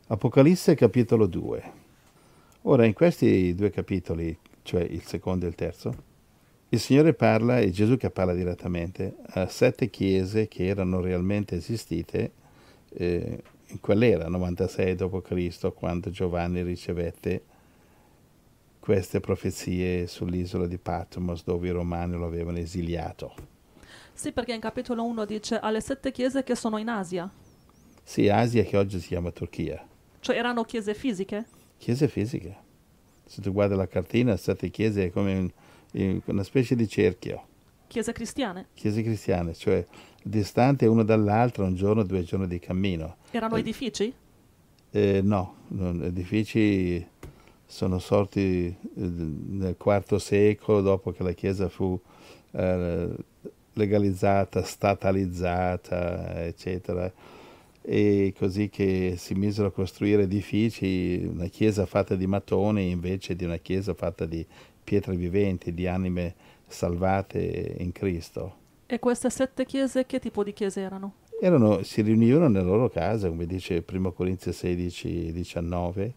Apocalisse capitolo 2. Ora in questi due capitoli, cioè il secondo e il terzo, il Signore parla, è Gesù che parla direttamente, a 7 chiese che erano realmente esistite in quell'era, 96 d.C., quando Giovanni ricevette queste profezie sull'isola di Patmos dove i Romani lo avevano esiliato. Sì, perché in capitolo 1 dice alle 7 chiese che sono in Asia. Sì, Asia che oggi si chiama Turchia. Cioè erano chiese fisiche? Chiese fisiche. Se tu guardi la cartina, 7 chiese è come una specie di cerchio. Chiese cristiane? Chiese cristiane, cioè distanti uno dall'altro un giorno, 2 giorni di cammino. Erano edifici? No, edifici sono sorti nel IV secolo, dopo che la Chiesa fu legalizzata, statalizzata, eccetera, e così che si misero a costruire edifici, una chiesa fatta di mattoni invece di una chiesa fatta di pietre viventi, di anime salvate in Cristo. E queste 7 chiese che tipo di chiese erano? Si riunivano nella loro casa, come dice 1 Corinzi 16, 19,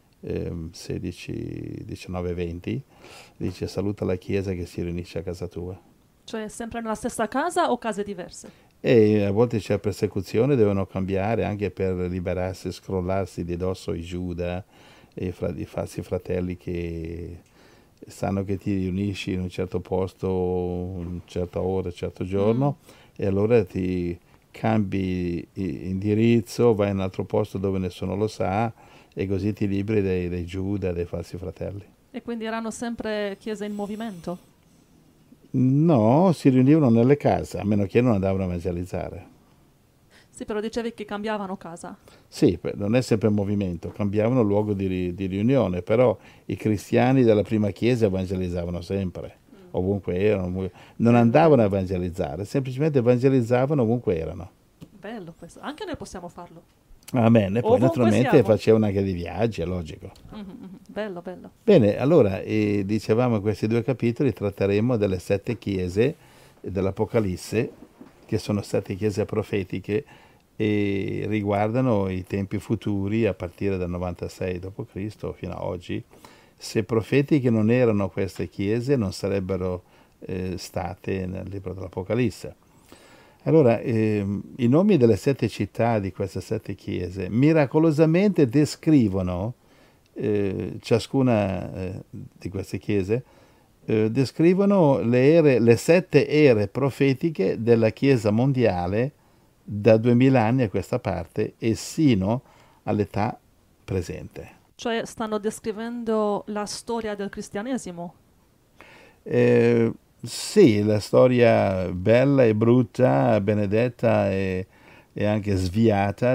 16, 19, 20, dice saluta la chiesa che si riunisce a casa tua. Cioè sempre nella stessa casa o case diverse? E a volte c'è persecuzione, devono cambiare anche per liberarsi, scrollarsi di dosso i Giuda e i falsi fratelli che sanno che ti riunisci in un certo posto, una certa ora, un certo giorno, e allora ti cambi indirizzo, vai in un altro posto dove nessuno lo sa e così ti liberi dei Giuda, dei falsi fratelli. E quindi erano sempre chiese in movimento? No, si riunivano nelle case, a meno che non andavano a evangelizzare. Sì, però dicevi che cambiavano casa. Sì, non è sempre in movimento, cambiavano luogo di riunione, però i cristiani della prima chiesa evangelizzavano sempre, ovunque erano, non andavano a evangelizzare, semplicemente evangelizzavano ovunque erano. Bello questo. Anche noi possiamo farlo. Amen. E poi Ovunque naturalmente siamo. facevano anche dei viaggi, è logico. Bello, bello. Bene, allora, dicevamo in questi due capitoli tratteremo delle 7 chiese dell'Apocalisse, che sono 7 chiese profetiche e riguardano i tempi futuri a partire dal 96 d.C. fino a oggi. Se profetiche non erano queste chiese, non sarebbero state nel libro dell'Apocalisse. Allora, i nomi delle 7 città di queste 7 chiese miracolosamente descrivono ciascuna di queste chiese descrivono le 7 ere profetiche della Chiesa mondiale da 2000 anni a questa parte e sino all'età presente. Cioè stanno descrivendo la storia del cristianesimo. Sì, la storia bella e brutta, benedetta e anche sviata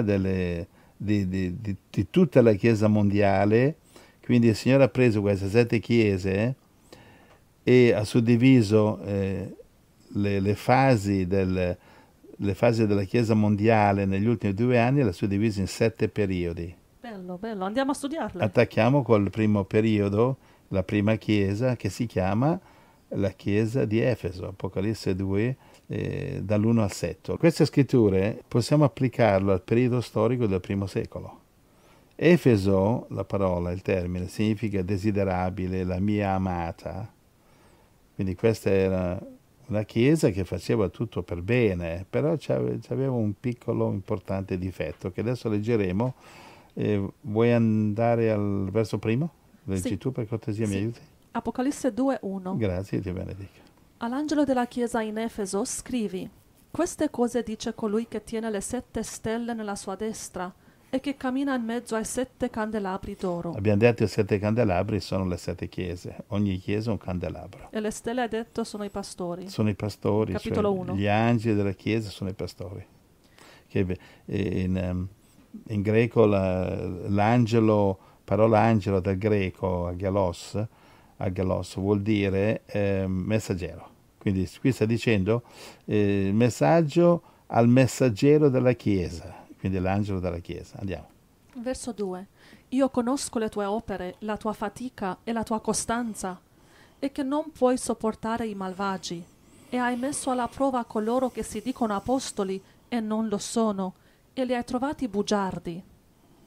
di tutta la Chiesa mondiale. Quindi il Signore ha preso queste 7 chiese e ha suddiviso le fasi della Chiesa mondiale negli ultimi 2 anni, le ha suddivise in 7 periodi. Bello, bello. Andiamo a studiarle. Attacchiamo col primo periodo, la prima chiesa, che si chiama la chiesa di Efeso, Apocalisse 2, dall'1 al 7. Queste scritture possiamo applicarle al periodo storico del primo secolo. Efeso, la parola, il termine, significa desiderabile, la mia amata. Quindi questa era una chiesa che faceva tutto per bene, però aveva un piccolo importante difetto che adesso leggeremo. Vuoi andare al verso primo? Leggi Sì. tu per cortesia, mi Sì. aiuti? Apocalisse 2:1. Grazie, Dio benedica. All'angelo della chiesa in Efeso scrivi: queste cose dice colui che tiene le 7 stelle nella sua destra e che cammina in mezzo ai 7 candelabri d'oro. Abbiamo detto che i 7 candelabri sono le 7 chiese, ogni chiesa è un candelabro. E le stelle, hai detto, sono i pastori. Sono i pastori, Capitolo cioè 1. gli angeli della chiesa sono i pastori. Che in greco l'angelo, parola angelo dal greco agelos vuol dire messaggero. Quindi qui sta dicendo il messaggio al messaggero della chiesa, quindi l'angelo della chiesa. Andiamo. Verso 2. Io conosco le tue opere, la tua fatica e la tua costanza, e che non puoi sopportare i malvagi, e hai messo alla prova coloro che si dicono apostoli e non lo sono, e li hai trovati bugiardi.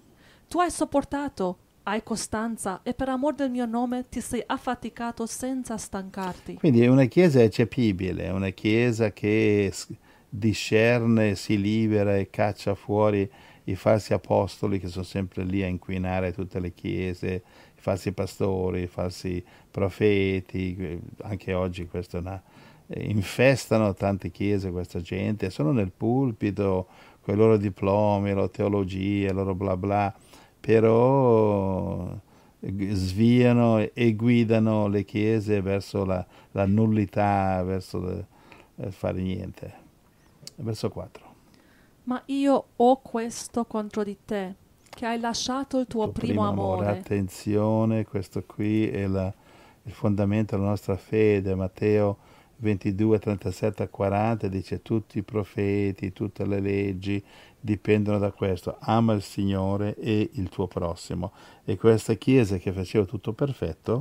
Tu hai sopportato, hai costanza e per amor del mio nome ti sei affaticato senza stancarti. Quindi è una chiesa eccepibile, è una chiesa che discerne, si libera e caccia fuori i falsi apostoli che sono sempre lì a inquinare tutte le chiese, i falsi pastori, i falsi profeti, anche oggi questo è infestano tante chiese questa gente, sono nel pulpito con i loro diplomi, la loro teologia, il loro bla bla, però sviano e guidano le chiese verso la nullità, verso fare niente. Verso 4. Ma io ho questo contro di te, che hai lasciato il tuo primo amore. Attenzione, questo qui è il fondamento della nostra fede. Matteo 22, 37 a 40 dice tutti i profeti, tutte le leggi dipendono da questo. Ama il Signore e il tuo prossimo. E questa chiesa che faceva tutto perfetto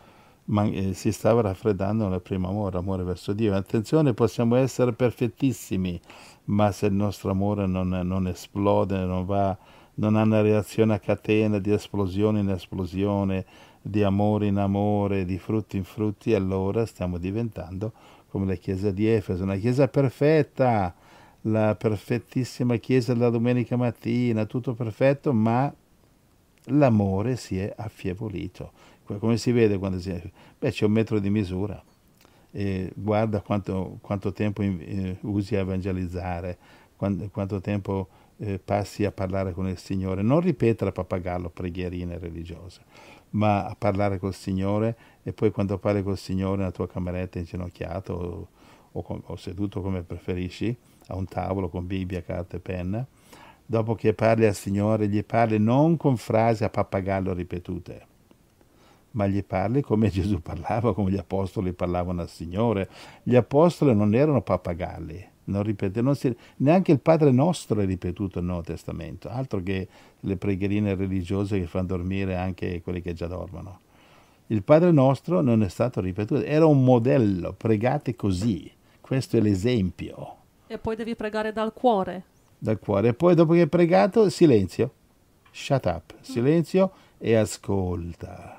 si stava raffreddando nel primo amore, amore verso Dio. Attenzione, possiamo essere perfettissimi, ma se il nostro amore non esplode, non ha una reazione a catena di esplosione in esplosione, di amore in amore, di frutti in frutti, allora stiamo diventando come la chiesa di Efeso, una chiesa perfetta, la perfettissima chiesa della domenica mattina, tutto perfetto, ma l'amore si è affievolito. Come si vede quando c'è un metro di misura. E guarda quanto tempo usi a evangelizzare, quanto tempo passi a parlare con il Signore. Non ripetere a pappagallo preghierine religiose, ma a parlare col Signore, e poi quando parli col Signore nella tua cameretta inginocchiato o seduto come preferisci, a un tavolo con Bibbia, carta e penna, dopo che parli al Signore, gli parli non con frasi a pappagallo ripetute, ma gli parli come Gesù parlava, come gli apostoli parlavano al Signore. Gli apostoli non erano pappagalli, neanche il Padre Nostro è ripetuto nel Nuovo Testamento, altro che le preghierine religiose che fanno dormire anche quelli che già dormono. Il Padre Nostro non è stato ripetuto, era un modello, pregate così, questo è l'esempio. E poi devi pregare dal cuore. Dal cuore, e poi dopo che hai pregato, silenzio, shut up, silenzio e ascolta.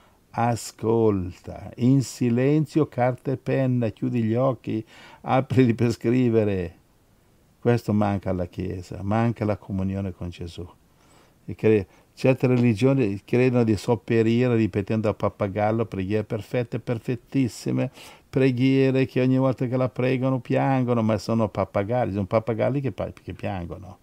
Ascolta, in silenzio, carta e penna, chiudi gli occhi, aprili per scrivere. Questo manca alla Chiesa, manca la comunione con Gesù. Certe religioni credono di sopperire ripetendo a pappagallo preghiere perfette, perfettissime, preghiere che ogni volta che la pregano piangono, ma sono pappagalli che piangono.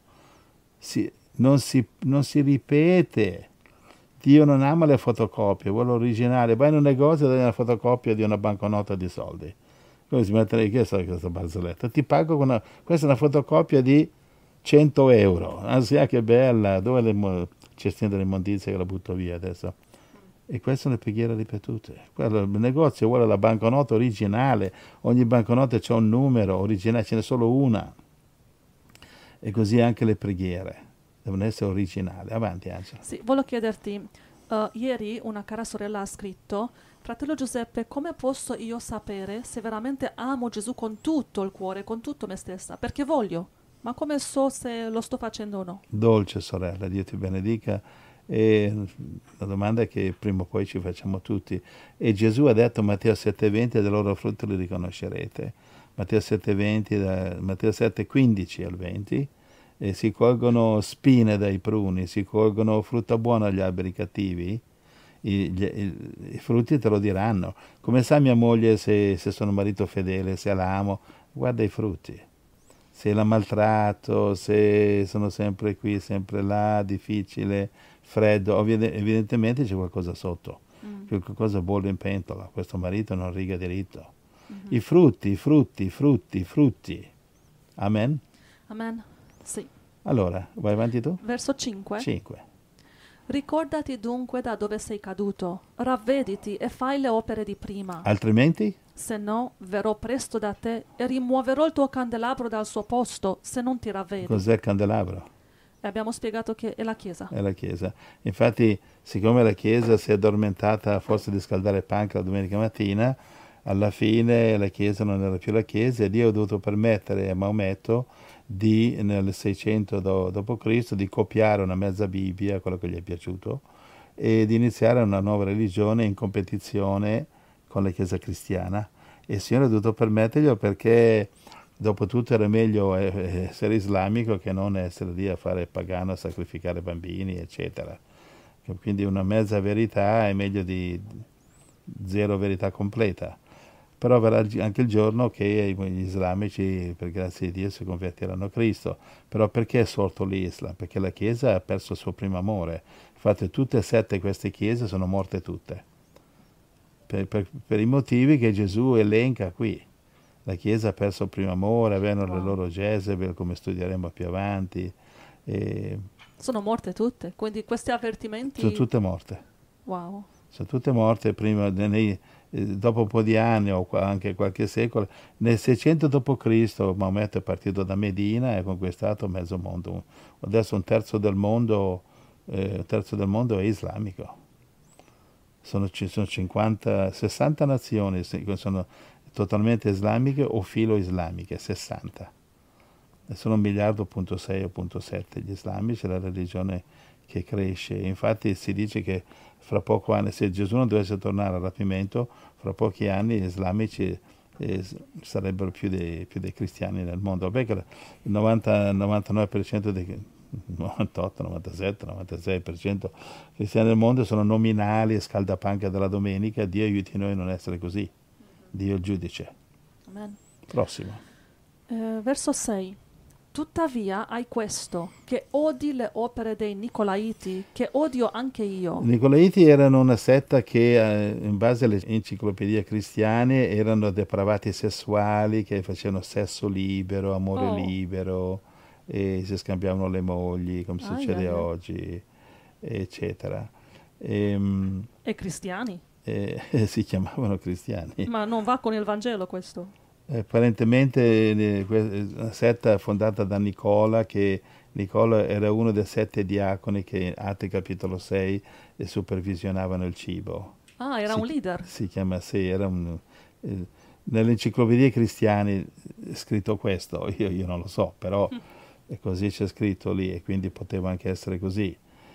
Non si ripete. Dio non ama le fotocopie, vuole l'originale. Vai in un negozio e dai una fotocopia di una banconota di soldi. Come si mette che so questa barzelletta? Ti pago questa è una fotocopia di 100 euro. Anzi, che bella, dove le cestine dell'immondizia che la butto via adesso? E queste sono le preghiere ripetute. Il negozio vuole la banconota originale, ogni banconota c'è un numero originale, ce n'è solo una. E così anche le preghiere devono essere originali. Avanti, Angela. Sì, volevo chiederti, ieri una cara sorella ha scritto: fratello Giuseppe, come posso io sapere se veramente amo Gesù con tutto il cuore, con tutto me stessa? Perché voglio, ma come so se lo sto facendo o no? Dolce sorella, Dio ti benedica. E la domanda è che prima o poi ci facciamo tutti. E Gesù ha detto, Matteo 7,20, del loro frutto li riconoscerete. Matteo 7,20, Matteo 7,15 al 20. E si colgono spine dai pruni, si colgono frutta buona dagli alberi cattivi. I frutti te lo diranno. Come sa mia moglie se sono un marito fedele, se la amo? Guarda i frutti. Se la maltratto, se sono sempre qui, sempre là, difficile, freddo, evidentemente c'è qualcosa sotto, qualcosa bolle in pentola, questo marito non riga diritto. I frutti. Amen? Amen. Sì. Allora, vai avanti tu? Verso 5. 5. Ricordati dunque da dove sei caduto, ravvediti e fai le opere di prima. Altrimenti? Se no, verrò presto da te e rimuoverò il tuo candelabro dal suo posto, se non ti ravvedi. Cos'è il candelabro? E abbiamo spiegato che è la Chiesa. È la Chiesa. Infatti, siccome la Chiesa si è addormentata a forza di scaldare il panca la domenica mattina, alla fine la Chiesa non era più la Chiesa e Dio ha dovuto permettere a Maometto nel 600 d.C., di copiare una mezza Bibbia, quello che gli è piaciuto, e di iniziare una nuova religione in competizione con la Chiesa cristiana. E il Signore ha dovuto permetterglielo perché dopo tutto era meglio essere islamico che non essere lì a fare pagano, a sacrificare bambini, eccetera. Quindi una mezza verità è meglio di zero verità completa. Però verrà anche il giorno che gli islamici, per grazia di Dio, si convertiranno a Cristo. Però perché è sorto l'Islam? Perché la Chiesa ha perso il suo primo amore. Infatti tutte e 7 queste chiese sono morte tutte. Per i motivi che Gesù elenca qui. La Chiesa ha perso il primo amore, avevano le loro Jezebel, come studieremo più avanti. Sono morte tutte, quindi questi avvertimenti... Sono tutte morte. Wow. Sono tutte morte prima, dopo un po' di anni o anche qualche secolo. Nel 600 d.C. Maometto è partito da Medina e ha conquistato mezzo mondo. Adesso un terzo del mondo è islamico. Sono 60 nazioni che sono totalmente islamiche o filo-islamiche, 60. E sono 1,6 miliardi o 7 gli islamici, la religione che cresce. Infatti si dice che fra pochi anni, se Gesù non dovesse tornare al rapimento, fra pochi anni gli islamici sarebbero più dei cristiani nel mondo. Vabbè che il 99% dei 98, 97, 96% cristiani del mondo sono nominali e scaldapanca della domenica. Dio aiuti noi a non essere così. Dio è il giudice. Amen. Prossimo. Verso 6. Tuttavia hai questo, che odi le opere dei Nicolaiti, che odio anche io. I Nicolaiti erano una setta che, in base alle enciclopedie cristiane, erano depravati sessuali, che facevano sesso libero, amore libero, e si scambiavano le mogli, come succede oggi, eccetera. E cristiani? Si chiamavano cristiani. Ma non va con il Vangelo questo? Apparentemente una setta fondata da Nicola, che Nicola era uno dei 7 diaconi che Atti capitolo 6 supervisionavano il cibo. Ah, era un leader. Si chiama, sì, era nelle enciclopedie cristiane è scritto questo, io non lo so, però così c'è scritto lì e quindi poteva anche essere così.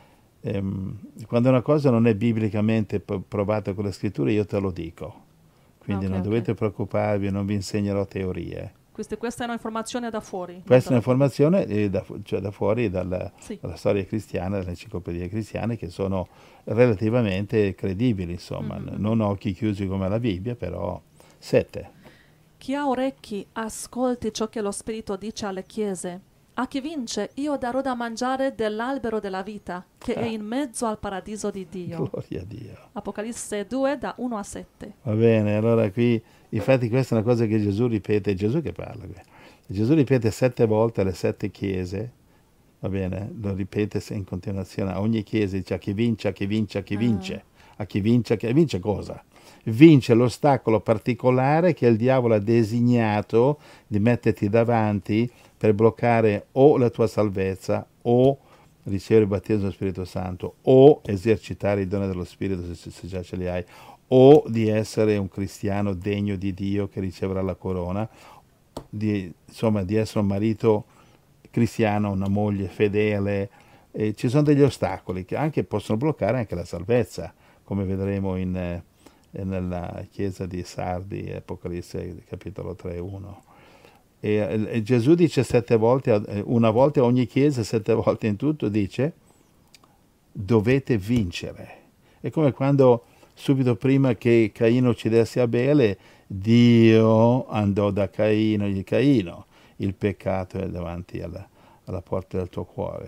Quando una cosa non è biblicamente provata con le scritture, io te lo dico. Quindi non dovete preoccuparvi, non vi insegnerò teorie. Questa è un'informazione da fuori? Questa è un'informazione da fuori dalla storia cristiana, dalle enciclopedie cristiane, che sono relativamente credibili, insomma. Non occhi chiusi come la Bibbia, però 7. Chi ha orecchi ascolti ciò che lo Spirito dice alle chiese. A chi vince io darò da mangiare dell'albero della vita, che è in mezzo al paradiso di Dio. Gloria a Dio. Apocalisse 2, da 1 a 7. Va bene, allora qui, infatti questa è una cosa che Gesù ripete, è Gesù che parla qui. Gesù ripete 7 volte alle 7 chiese, va bene? Lo ripete in continuazione, a ogni chiesa dice a chi vince, a chi vince, a chi vince. A chi vince cosa? Vince l'ostacolo particolare che il diavolo ha designato di metterti davanti per bloccare o la tua salvezza o ricevere il battesimo dello Spirito Santo o esercitare i doni dello Spirito se già ce li hai, o di essere un cristiano degno di Dio che riceverà la corona, di essere un marito cristiano, una moglie fedele. Ci sono degli ostacoli che anche possono bloccare anche la salvezza, come vedremo nella chiesa di Sardi, Apocalisse capitolo 3, 1. E Gesù dice 7 volte, una volta a ogni chiesa, 7 volte in tutto, dice dovete vincere. È come quando subito prima che Caino uccidesse Abele, Dio andò da Caino e gli Caino, il peccato è davanti alla porta del tuo cuore.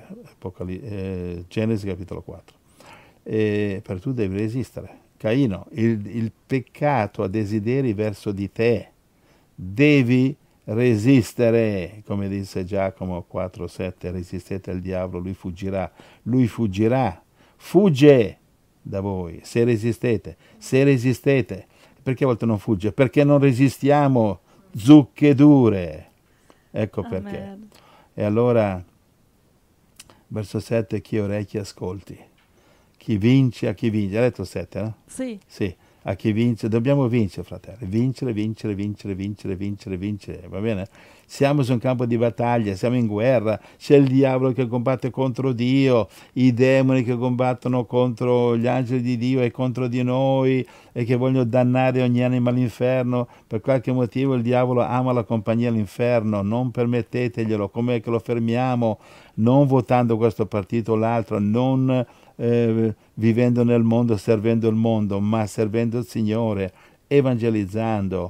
Genesi capitolo 4. Per tu devi resistere. Caino, il peccato ha desideri verso di te, devi resistere, come disse Giacomo 4,7, resistete al diavolo, lui fuggirà, fugge da voi, se resistete, perché a volte non fugge? Perché non resistiamo zucche dure, ecco perché. Amen. E allora, verso 7, chi ha orecchi ascolti, chi vince, a chi vince, hai letto 7, no? Sì. Sì. A chi vince, dobbiamo vincere, fratelli, vincere, va bene? siamo su un campo di battaglia, siamo in guerra, c'è il diavolo che combatte contro Dio, i demoni che combattono contro gli angeli di Dio e contro di noi e che vogliono dannare ogni anima all'inferno. Per qualche motivo il diavolo ama la compagnia all'inferno, non permetteteglielo. Come che lo fermiamo? Non votando questo partito o l'altro, non vivendo nel mondo, servendo il mondo, ma servendo il Signore, evangelizzando.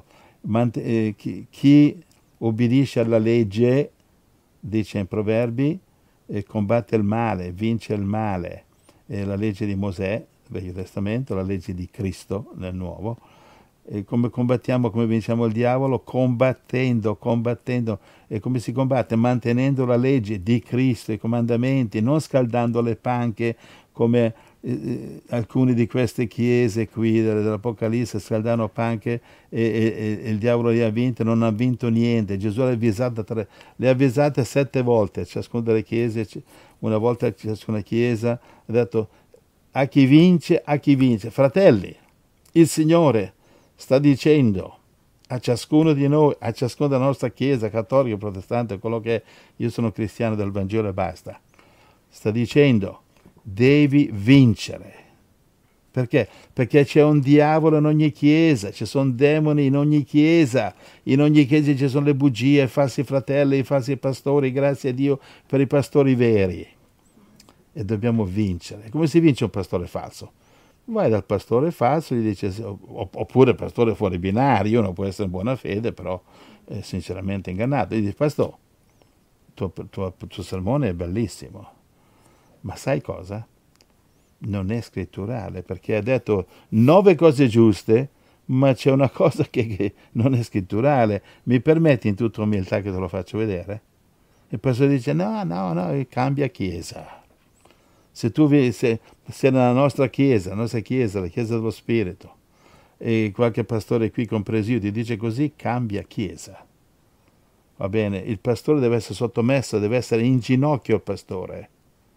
Chi obbedisce alla legge, dice in Proverbi, combatte il male, vince il male. La legge di Mosè, nel Vecchio Testamento, la legge di Cristo nel Nuovo. Come combattiamo, come vinciamo il diavolo? Combattendo. E come si combatte? Mantenendo la legge di Cristo, i comandamenti, non scaldando le panche come alcune di queste chiese qui dell'Apocalisse scaldano panche e il diavolo li ha vinte, non ha vinto niente. Gesù le ha avvisate 7 volte, ciascuna delle chiese, una volta ciascuna chiesa, ha detto a chi vince, fratelli, il Signore sta dicendo a ciascuno di noi, a ciascuna della nostra chiesa, cattolica, protestante, quello che è, io sono cristiano del Vangelo e basta, sta dicendo devi vincere. Perché? Perché c'è un diavolo in ogni chiesa, ci sono demoni in ogni chiesa ci sono le bugie, i falsi fratelli, i falsi pastori, grazie a Dio per i pastori veri. E dobbiamo vincere. Come si vince un pastore falso? Vai dal pastore falso e gli dice, oppure pastore fuori binario, uno può essere in buona fede, però è sinceramente ingannato. Gli dice, pastore, il tuo sermone è bellissimo, ma sai cosa? Non è scritturale, perché ha detto 9 cose giuste, ma c'è una cosa che non è scritturale. Mi permetti in tutta umiltà che te lo faccio vedere? Il pastore dice, no, cambia chiesa. Se nella nostra chiesa, la chiesa dello Spirito, e qualche pastore qui compreso io ti dice così, cambia chiesa. Va bene? Il pastore deve essere sottomesso, deve essere in ginocchio il pastore,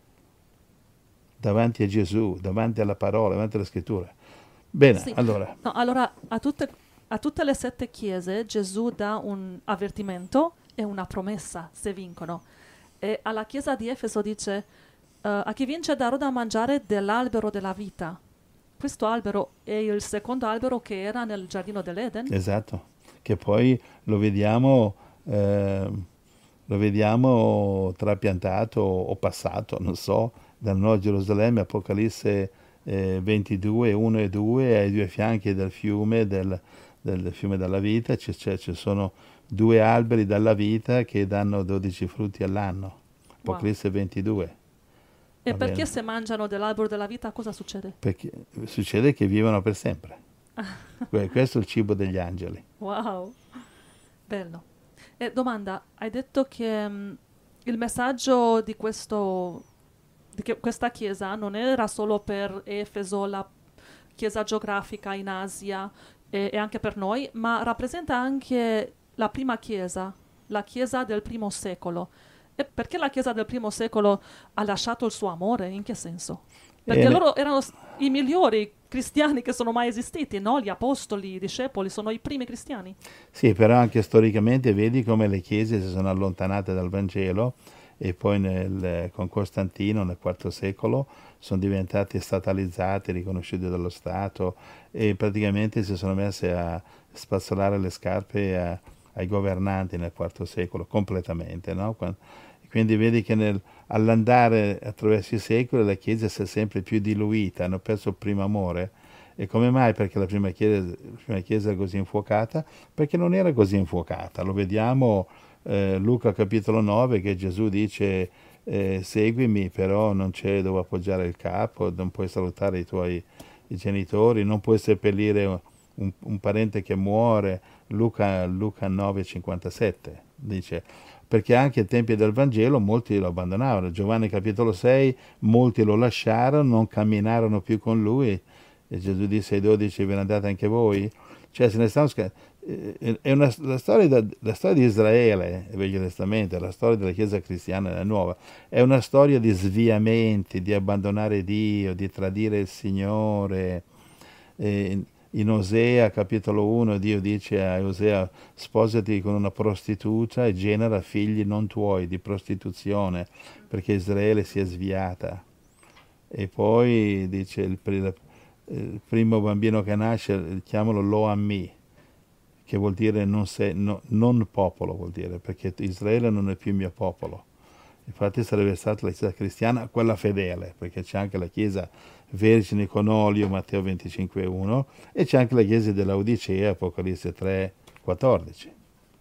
davanti a Gesù, davanti alla parola, davanti alla scrittura. Bene, Sì. allora. No, allora a tutte le 7 chiese Gesù dà un avvertimento e una promessa se vincono. E alla chiesa di Efeso dice a chi vince darò da mangiare dell'albero della vita. Questo albero è il secondo albero che era nel giardino dell'Eden. Esatto, che poi lo vediamo trapiantato o passato, non so, dal Nuovo Gerusalemme, Apocalisse 22, 1 e 2, ai 2 fianchi del fiume della vita, ci sono 2 alberi dalla vita che danno 12 frutti all'anno. Apocalisse 22. E perché se mangiano dell'albero della vita cosa succede? Perché succede che vivono per sempre. Questo è il cibo degli angeli. Wow, bello. E domanda, hai detto che il messaggio di questa chiesa non era solo per Efeso, la chiesa geografica in Asia e anche per noi, ma rappresenta anche la prima chiesa, la chiesa del primo secolo. E perché la chiesa del primo secolo ha lasciato il suo amore? In che senso? Perché loro erano i migliori cristiani che sono mai esistiti, no? Gli apostoli, i discepoli, sono i primi cristiani. Sì, però anche storicamente vedi come le chiese si sono allontanate dal Vangelo e poi con Costantino nel IV secolo sono diventate statalizzate, riconosciute dallo Stato e praticamente si sono messe a spazzolare le scarpe ai governanti nel IV secolo, completamente, no? Quindi vedi che all'andare attraverso i secoli la Chiesa si è sempre più diluita, hanno perso il primo amore. E come mai? Perché la prima Chiesa è così infuocata? Perché non era così infuocata. Lo vediamo Luca capitolo 9 che Gesù dice seguimi, però non c'è dove appoggiare il capo, non puoi salutare i genitori, non puoi seppellire un parente che muore. Luca 9,57 dice, perché anche ai tempi del Vangelo molti lo abbandonavano. Giovanni capitolo 6, molti lo lasciarono, non camminarono più con lui, e Gesù disse ai 12, ve ne andate anche voi? Cioè se ne stanno la storia di Israele, il Vecchio Testamento, la storia della Chiesa cristiana nella Nuova, è una storia di sviamenti, di abbandonare Dio, di tradire il Signore. In Osea capitolo 1 Dio dice a Osea sposati con una prostituta e genera figli non tuoi di prostituzione perché Israele si è sviata. E poi dice il primo bambino che nasce chiamalo Lo Ammi, che vuol dire non popolo, vuol dire, perché Israele non è più il mio popolo. Infatti sarebbe stata la Chiesa cristiana quella fedele, perché c'è anche la Chiesa Vergine con olio, Matteo 25,1, e c'è anche la Chiesa dell'Odicea, Apocalisse 3,14.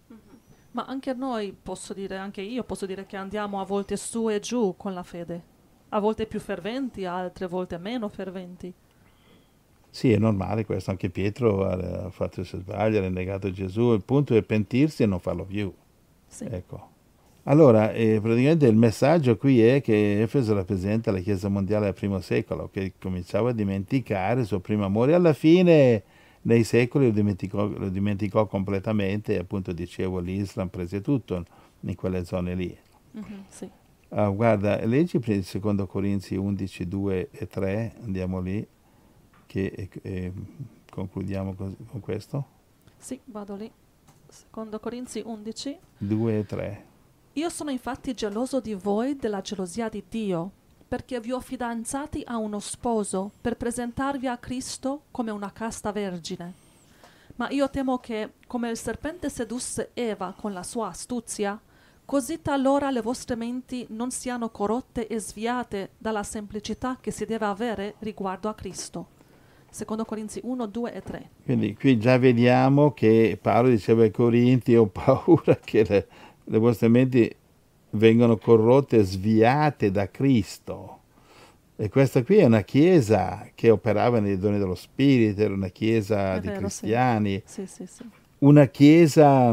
Ma anche noi, posso dire, anche io posso dire che andiamo a volte su e giù con la fede. A volte più ferventi, altre volte meno ferventi. Sì, è normale questo, anche Pietro ha fatto se sbagliare, ha negato Gesù, il punto è pentirsi e non farlo più. Sì. Ecco. Allora, praticamente il messaggio qui è che Efeso rappresenta la Chiesa mondiale del primo secolo, che cominciava a dimenticare il suo primo amore. Alla fine, nei secoli, lo dimenticò completamente, e appunto dicevo, l'Islam prese tutto in quelle zone lì. Sì. Guarda, leggi il secondo Corinzi 11, 2 e 3, andiamo lì, che concludiamo con questo. Sì, vado lì. Secondo Corinzi 11. 2 e 3. Io sono infatti geloso di voi della gelosia di Dio, perché vi ho fidanzati a uno sposo per presentarvi a Cristo come una casta vergine. Ma io temo che, come il serpente sedusse Eva con la sua astuzia, così talora le vostre menti non siano corrotte e sviate dalla semplicità che si deve avere riguardo a Cristo. Secondo Corinzi 1, 2 e 3. Quindi qui già vediamo che Paolo diceva ai Corinti: ho paura che le vostre menti vengono corrotte e sviate da Cristo. E questa qui è una chiesa che operava nei doni dello Spirito, era una chiesa È di vero, cristiani, sì. Sì, sì. una chiesa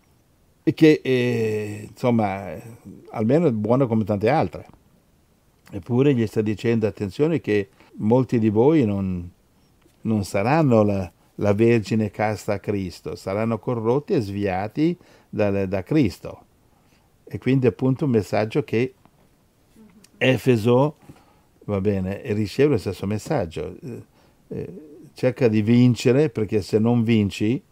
che insomma almeno è buona come tante altre. Eppure gli sta dicendo: attenzione che molti di voi non saranno la Vergine casta a Cristo, saranno corrotti e sviati da Cristo. E quindi appunto un messaggio che Efeso, va bene, e riceve lo stesso messaggio. Cerca di vincere, perché se non vinci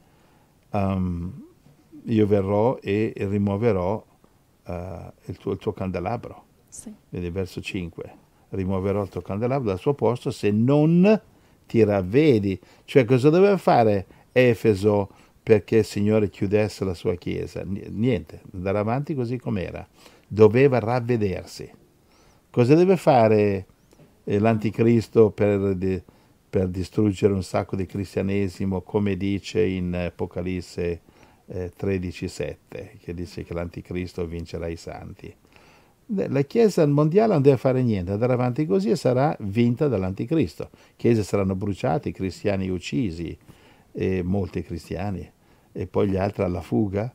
io verrò e rimuoverò il tuo candelabro. Sì. Vedi, verso 5. Rimuoverò il tuo candelabro dal suo posto se non ti ravvedi. Cioè, cosa doveva fare Efeso perché il Signore chiudesse la sua chiesa? Niente, andare avanti così com'era. Doveva ravvedersi. Cosa deve fare l'anticristo per distruggere un sacco di cristianesimo, come dice in Apocalisse 13,7, che dice che l'anticristo vincerà i santi? La Chiesa mondiale non deve fare niente, andare avanti così e sarà vinta dall'anticristo. Chiese saranno bruciate, i cristiani uccisi, e molti cristiani, e poi gli altri alla fuga.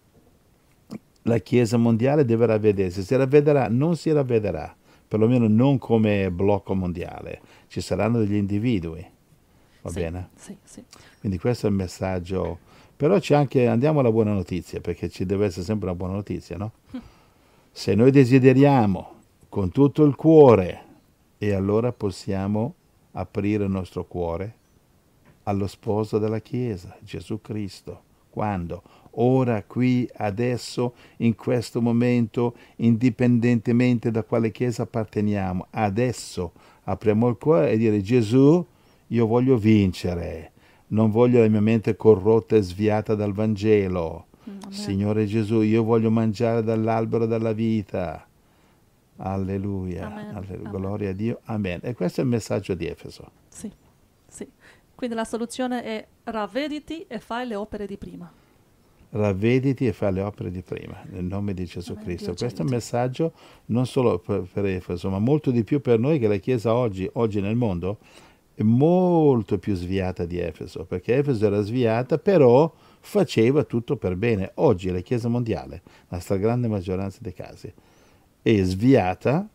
La Chiesa mondiale deve ravvedersi, si ravvederà, non si ravvederà, perlomeno non come blocco mondiale, ci saranno degli individui, va bene? Sì, sì. Quindi questo è il messaggio, però c'è anche, andiamo alla buona notizia, perché ci deve essere sempre una buona notizia, no? Se noi desideriamo con tutto il cuore, e allora possiamo aprire il nostro cuore allo sposo della Chiesa, Gesù Cristo. Quando? Ora, qui, adesso, in questo momento, indipendentemente da quale Chiesa apparteniamo, adesso apriamo il cuore e dire: Gesù, io voglio vincere, non voglio la mia mente corrotta e sviata dal Vangelo. Signore Gesù, io voglio mangiare dall'albero della vita. Alleluia, Amen. alleluia. Amen. Gloria a Dio. Amen. E questo è il messaggio di Efeso. Sì, sì. Quindi la soluzione è ravvediti e fai le opere di prima. Ravvediti e fai le opere di prima, nel nome di Gesù Amen. Cristo. Dio ci Questo è un aiuti. messaggio non solo per Efeso, ma molto di più per noi, che la Chiesa oggi nel mondo è molto più sviata di Efeso, perché Efeso era sviata, però faceva tutto per bene. Oggi la Chiesa mondiale, la stragrande maggioranza dei casi, è sviata,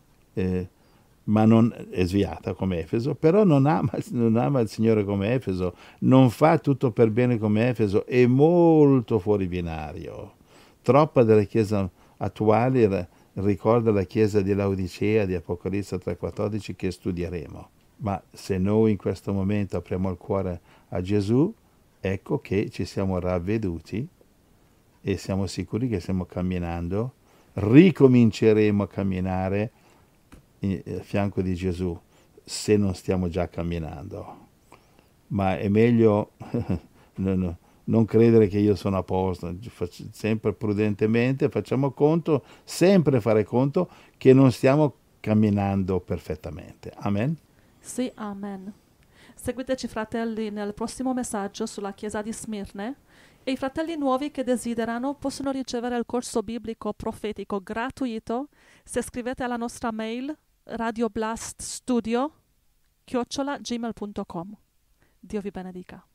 ma non è sviata come Efeso, però non ama il Signore come Efeso, non fa tutto per bene come Efeso, è molto fuori binario. Troppa della Chiesa attuale ricorda la Chiesa di Laodicea di Apocalisse 3,14 che studieremo. Ma se noi in questo momento apriamo il cuore a Gesù, ecco che ci siamo ravveduti e siamo sicuri che stiamo camminando, ricominceremo a camminare a fianco di Gesù, se non stiamo già camminando. Ma è meglio non credere che io sono a posto, sempre prudentemente facciamo conto, sempre fare conto che non stiamo camminando perfettamente. Amen? Sì, amen. Seguiteci fratelli nel prossimo messaggio sulla chiesa di Smirne e i fratelli nuovi che desiderano possono ricevere il corso biblico profetico gratuito se scrivete alla nostra mail radioblaststudio@gmail.com. Dio vi benedica.